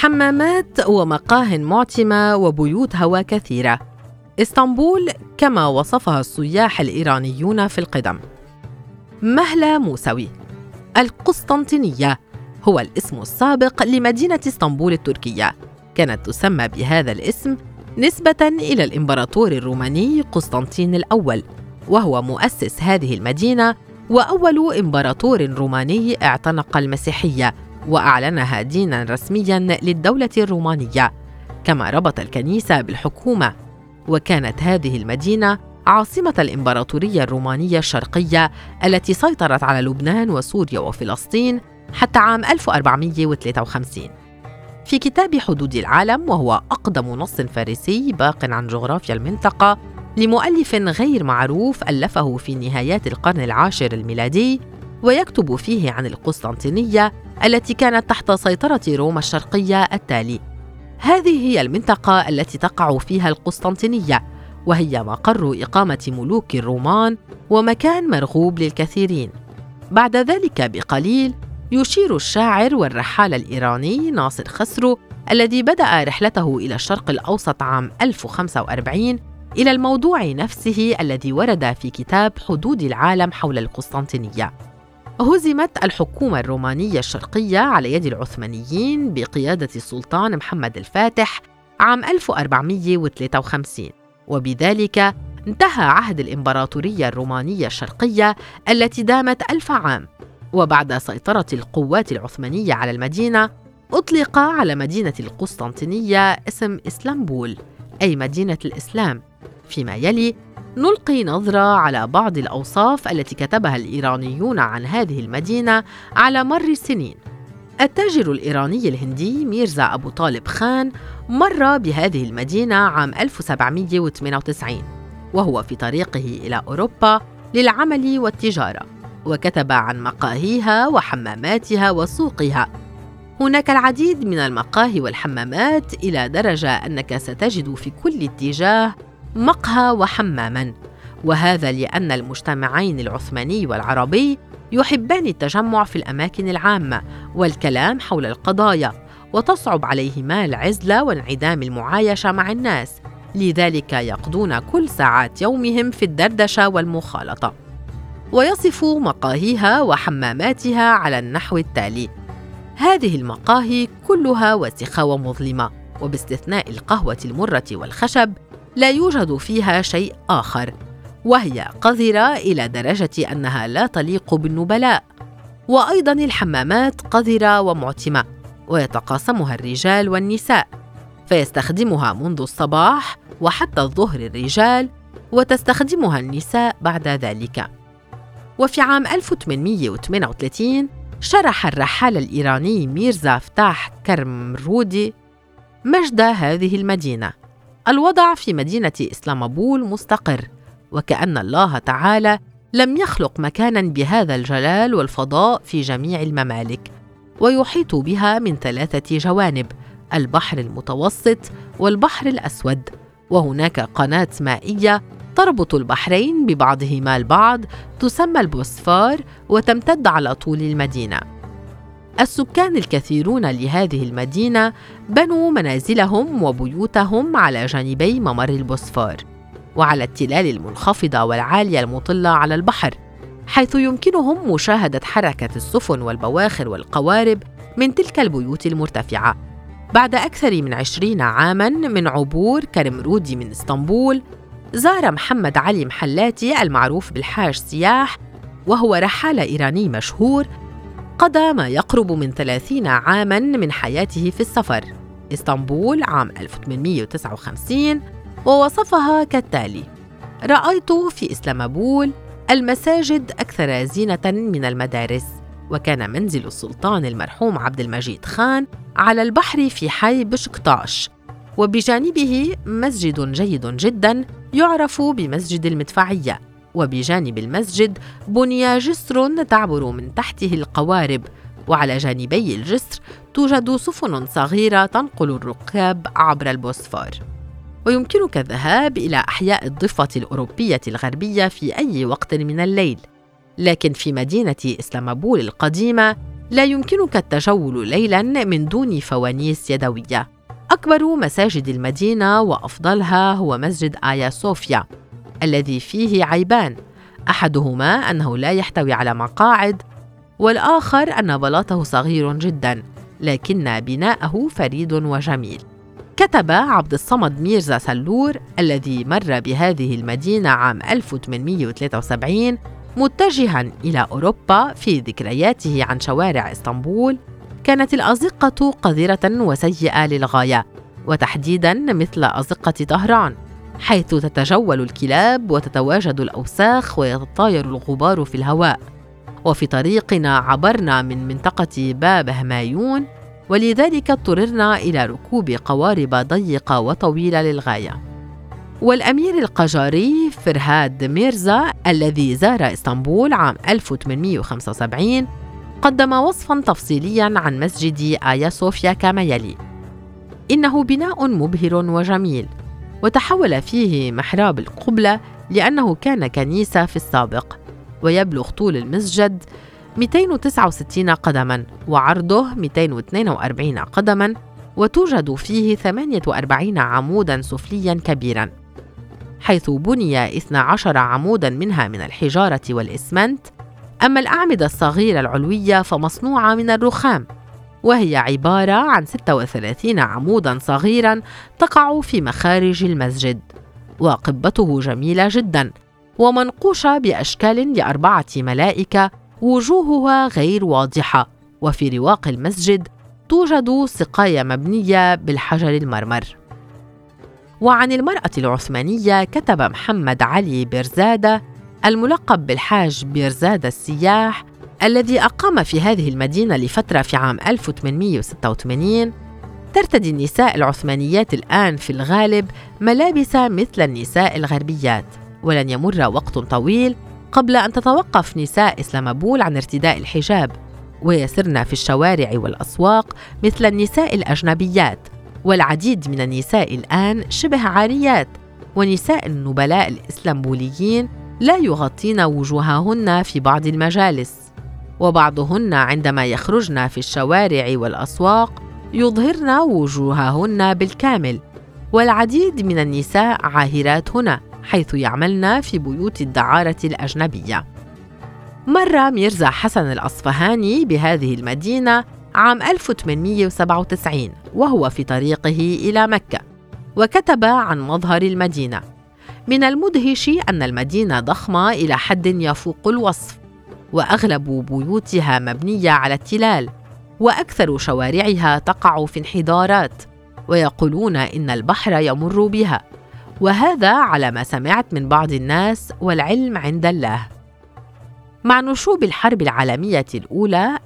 حمامات ومقاه معتمة وبيوت هواء كثيرة. إسطنبول كما وصفها السياح الإيرانيون في القدم. مهلا موسوي. القسطنطينية هو الاسم السابق لمدينة إسطنبول التركية، كانت تسمى بهذا الاسم نسبة إلى الإمبراطور الروماني قسطنطين الأول، وهو مؤسس هذه المدينة وأول إمبراطور روماني اعتنق المسيحية وأعلنها ديناً رسمياً للدولة الرومانية، كما ربط الكنيسة بالحكومة. وكانت هذه المدينة عاصمة الإمبراطورية الرومانية الشرقية التي سيطرت على لبنان وسوريا وفلسطين حتى عام 1453. في كتاب حدود العالم، وهو أقدم نص فارسي باق عن جغرافيا المنطقة لمؤلف غير معروف ألفه في نهايات القرن العاشر الميلادي، ويكتب فيه عن القسطنطينية التي كانت تحت سيطرة روما الشرقية التالي: هذه هي المنطقة التي تقع فيها القسطنطينية، وهي مقر إقامة ملوك الرومان ومكان مرغوب للكثيرين. بعد ذلك بقليل يشير الشاعر والرحال الإيراني ناصر خسرو الذي بدأ رحلته إلى الشرق الأوسط عام 1045 إلى الموضوع نفسه الذي ورد في كتاب حدود العالم حول القسطنطينية. هزمت الحكومة الرومانية الشرقية على يد العثمانيين بقيادة السلطان محمد الفاتح عام 1453، وبذلك انتهى عهد الإمبراطورية الرومانية الشرقية التي دامت 1000 عام. وبعد سيطرة القوات العثمانية على المدينة، أطلق على مدينة القسطنطينية اسم إسلامبول، أي مدينة الإسلام. فيما يلي نلقي نظرة على بعض الأوصاف التي كتبها الإيرانيون عن هذه المدينة على مر السنين. التاجر الإيراني الهندي ميرزا أبو طالب خان مر بهذه المدينة عام 1798 وهو في طريقه إلى أوروبا للعمل والتجارة، وكتب عن مقاهيها وحماماتها وسوقها. هناك العديد من المقاهي والحمامات إلى درجة أنك ستجد في كل اتجاه مقهى وحماماً، وهذا لأن المجتمعين العثماني والعربي يحبان التجمع في الأماكن العامة والكلام حول القضايا، وتصعب عليهما العزلة وانعدام المعايشة مع الناس، لذلك يقضون كل ساعات يومهم في الدردشة والمخالطة. ويصف مقاهيها وحماماتها على النحو التالي: هذه المقاهي كلها وسخة ومظلمة، وباستثناء القهوة المرة والخشب لا يوجد فيها شيء آخر، وهي قذرة إلى درجة أنها لا تليق بالنبلاء. وأيضاً الحمامات قذرة ومعتمة، ويتقاسمها الرجال والنساء، فيستخدمها منذ الصباح وحتى الظهر الرجال، وتستخدمها النساء بعد ذلك. وفي عام 1838 شرح الرحال الإيراني ميرزا فتاح كرمرودي مجد هذه المدينة: الوضع في مدينة إسلامبول مستقر، وكأن الله تعالى لم يخلق مكاناً بهذا الجلال والفضاء في جميع الممالك، ويحيط بها من 3 جوانب: البحر المتوسط والبحر الأسود، وهناك قناة مائية تربط البحرين ببعضهما البعض تسمى البوسفور وتمتد على طول المدينة. السكان الكثيرون لهذه المدينة بنوا منازلهم وبيوتهم على جانبي ممر البوسفور وعلى التلال المنخفضة والعالية المطلة على البحر، حيث يمكنهم مشاهدة حركة السفن والبواخر والقوارب من تلك البيوت المرتفعة. بعد أكثر من 20 عاماً من عبور كرمرودي من إسطنبول، زار محمد علي محلاتي المعروف بالحاج سياح، وهو رحالة إيراني مشهور قضى ما يقرب من 30 عاماً من حياته في السفر إسطنبول عام 1859، ووصفها كالتالي: رأيت في إسلامبول المساجد أكثر زينة من المدارس، وكان منزل السلطان المرحوم عبد المجيد خان على البحر في حي بشكتاش، وبجانبه مسجد جيد جداً يعرف بمسجد المدفعية، وبجانب المسجد بني جسر تعبر من تحته القوارب، وعلى جانبي الجسر توجد سفن صغيرة تنقل الركاب عبر البوسفور. ويمكنك الذهاب إلى أحياء الضفة الأوروبية الغربية في أي وقت من الليل، لكن في مدينة إسلامبول القديمة لا يمكنك التجول ليلاً من دون فوانيس يدوية. أكبر مساجد المدينة وأفضلها هو مسجد آيا صوفيا الذي فيه عيبان، أحدهما أنه لا يحتوي على مقاعد، والآخر أن بلاطه صغير جداً، لكن بناءه فريد وجميل. كتب عبد الصمد ميرزا سلور الذي مر بهذه المدينة عام 1873 متجهاً إلى أوروبا في ذكرياته عن شوارع إسطنبول: كانت الأزقة قذرة وسيئة للغاية، وتحديداً مثل أزقة طهران، حيث تتجول الكلاب وتتواجد الأوساخ ويتطاير الغبار في الهواء. وفي طريقنا عبرنا من منطقة باب همايون، ولذلك اضطررنا إلى ركوب قوارب ضيقة وطويلة للغاية. والأمير القجاري فرهاد ميرزا الذي زار إسطنبول عام 1875 قدم وصفاً تفصيلياً عن مسجد آيا صوفيا كما يلي: إنه بناء مبهر وجميل، وتحول فيه محراب القبلة لأنه كان كنيسة في السابق، ويبلغ طول المسجد 269 قدماً وعرضه 242 قدماً، وتوجد فيه 48 عموداً سفلياً كبيراً، حيث بني 12 عموداً منها من الحجارة والإسمنت، أما الأعمدة الصغيرة العلوية فمصنوعة من الرخام، وهي عبارة عن 36 عموداً صغيراً تقع في مخارج المسجد، وقبته جميلة جداً ومنقوشة بأشكال ل4 ملائكة وجوهها غير واضحة. وفي رواق المسجد توجد سقاية مبنية بالحجر المرمر. وعن المرأة العثمانية كتب محمد علي بيرزادة الملقب بالحاج بيرزادة السياح الذي أقام في هذه المدينة لفترة في عام 1886: ترتدي النساء العثمانيات الآن في الغالب ملابس مثل النساء الغربيات، ولن يمر وقت طويل قبل أن تتوقف نساء إسلامبول عن ارتداء الحجاب، ويسرن في الشوارع والأسواق مثل النساء الأجنبيات. والعديد من النساء الآن شبه عاريات، ونساء النبلاء الإسلامبوليين لا يغطين وجوههن في بعض المجالس، وبعضهن عندما يخرجن في الشوارع والأسواق يظهرن وجوههن بالكامل. والعديد من النساء عاهرات هنا، حيث يعملن في بيوت الدعارة الأجنبية. مر ميرزا حسن الأصفهاني بهذه المدينة عام 1897 وهو في طريقه إلى مكة، وكتب عن مظهر المدينة: من المدهش أن المدينة ضخمة إلى حد يفوق الوصف، وأغلب بيوتها مبنية على التلال، وأكثر شوارعها تقع في انحدارات، ويقولون إن البحر يمر بها، وهذا على ما سمعت من بعض الناس، والعلم عند الله. مع نشوب الحرب العالمية الأولى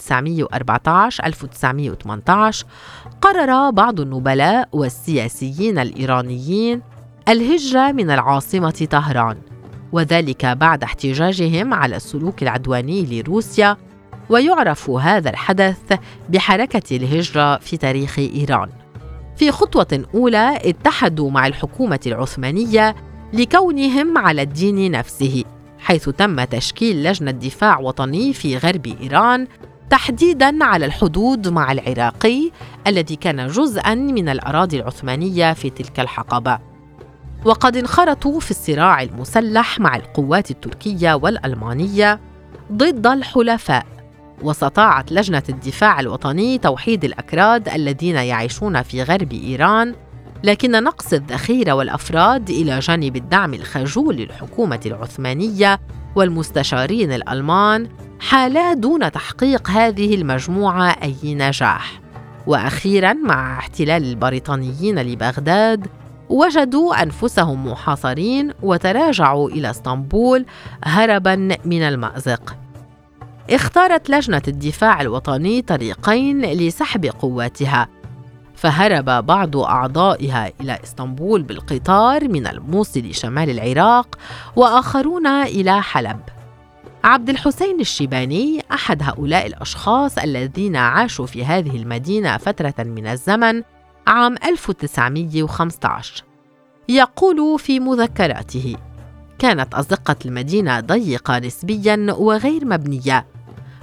1914-1918 قرر بعض النبلاء والسياسيين الإيرانيين الهجرة من العاصمة طهران، وذلك بعد احتجاجهم على السلوك العدواني لروسيا، ويعرف هذا الحدث بحركة الهجرة في تاريخ إيران. في خطوة أولى اتحدوا مع الحكومة العثمانية لكونهم على الدين نفسه، حيث تم تشكيل لجنة دفاع وطني في غرب إيران، تحديداً على الحدود مع العراقي الذي كان جزءاً من الأراضي العثمانية في تلك الحقبة. وقد انخرطوا في الصراع المسلح مع القوات التركية والألمانية ضد الحلفاء، واستطاعت لجنة الدفاع الوطني توحيد الأكراد الذين يعيشون في غرب إيران، لكن نقص الذخيرة والأفراد إلى جانب الدعم الخجول للحكومة العثمانية والمستشارين الألمان حالا دون تحقيق هذه المجموعة أي نجاح. وأخيراً مع احتلال البريطانيين لبغداد وجدوا أنفسهم محاصرين وتراجعوا إلى اسطنبول هرباً من المأزق. اختارت لجنة الدفاع الوطني طريقين لسحب قواتها، فهرب بعض أعضائها إلى اسطنبول بالقطار من الموصل شمال العراق، وآخرون إلى حلب. عبد الحسين الشيباني أحد هؤلاء الأشخاص الذين عاشوا في هذه المدينة فترة من الزمن عام 1915 يقول في مذكراته: كانت أزقة المدينة ضيقة نسبياً وغير مبنية،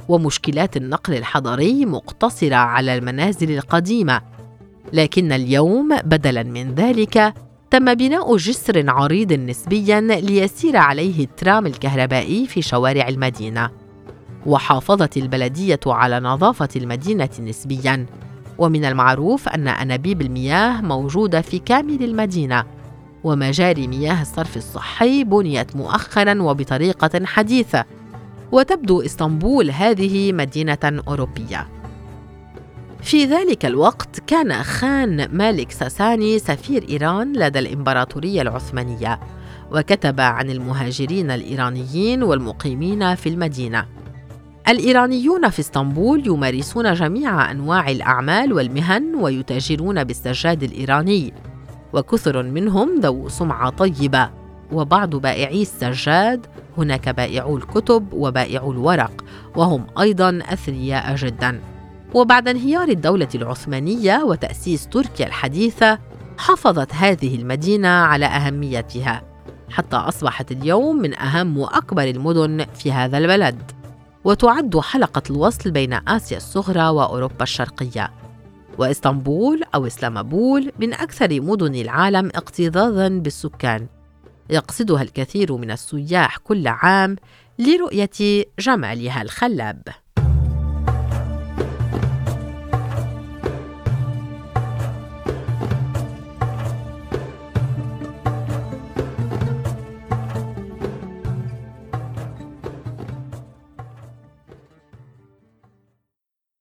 ومشكلات النقل الحضري مقتصرة على المنازل القديمة، لكن اليوم بدلاً من ذلك تم بناء جسر عريض نسبياً ليسير عليه الترام الكهربائي في شوارع المدينة. وحافظت البلدية على نظافة المدينة نسبياً، ومن المعروف أن أنابيب المياه موجودة في كامل المدينة، ومجاري مياه الصرف الصحي بنيت مؤخراً وبطريقة حديثة، وتبدو إسطنبول هذه مدينة أوروبية. في ذلك الوقت كان خان مالك ساساني سفير إيران لدى الإمبراطورية العثمانية، وكتب عن المهاجرين الإيرانيين والمقيمين في المدينة. الإيرانيون في اسطنبول يمارسون جميع أنواع الأعمال والمهن ويتاجرون بالسجاد الإيراني، وكثر منهم ذو سمعة طيبة. وبعض بائعي السجاد هناك بائعو الكتب وبائعو الورق، وهم أيضاً أثرياء جداً. وبعد انهيار الدولة العثمانية وتأسيس تركيا الحديثة، حافظت هذه المدينة على أهميتها حتى أصبحت اليوم من أهم وأكبر المدن في هذا البلد، وتعد حلقة الوصل بين آسيا الصغرى وأوروبا الشرقية. وإسطنبول أو إسلامبول من أكثر مدن العالم اكتظاظاً بالسكان، يقصدها الكثير من السياح كل عام لرؤية جمالها الخلاب.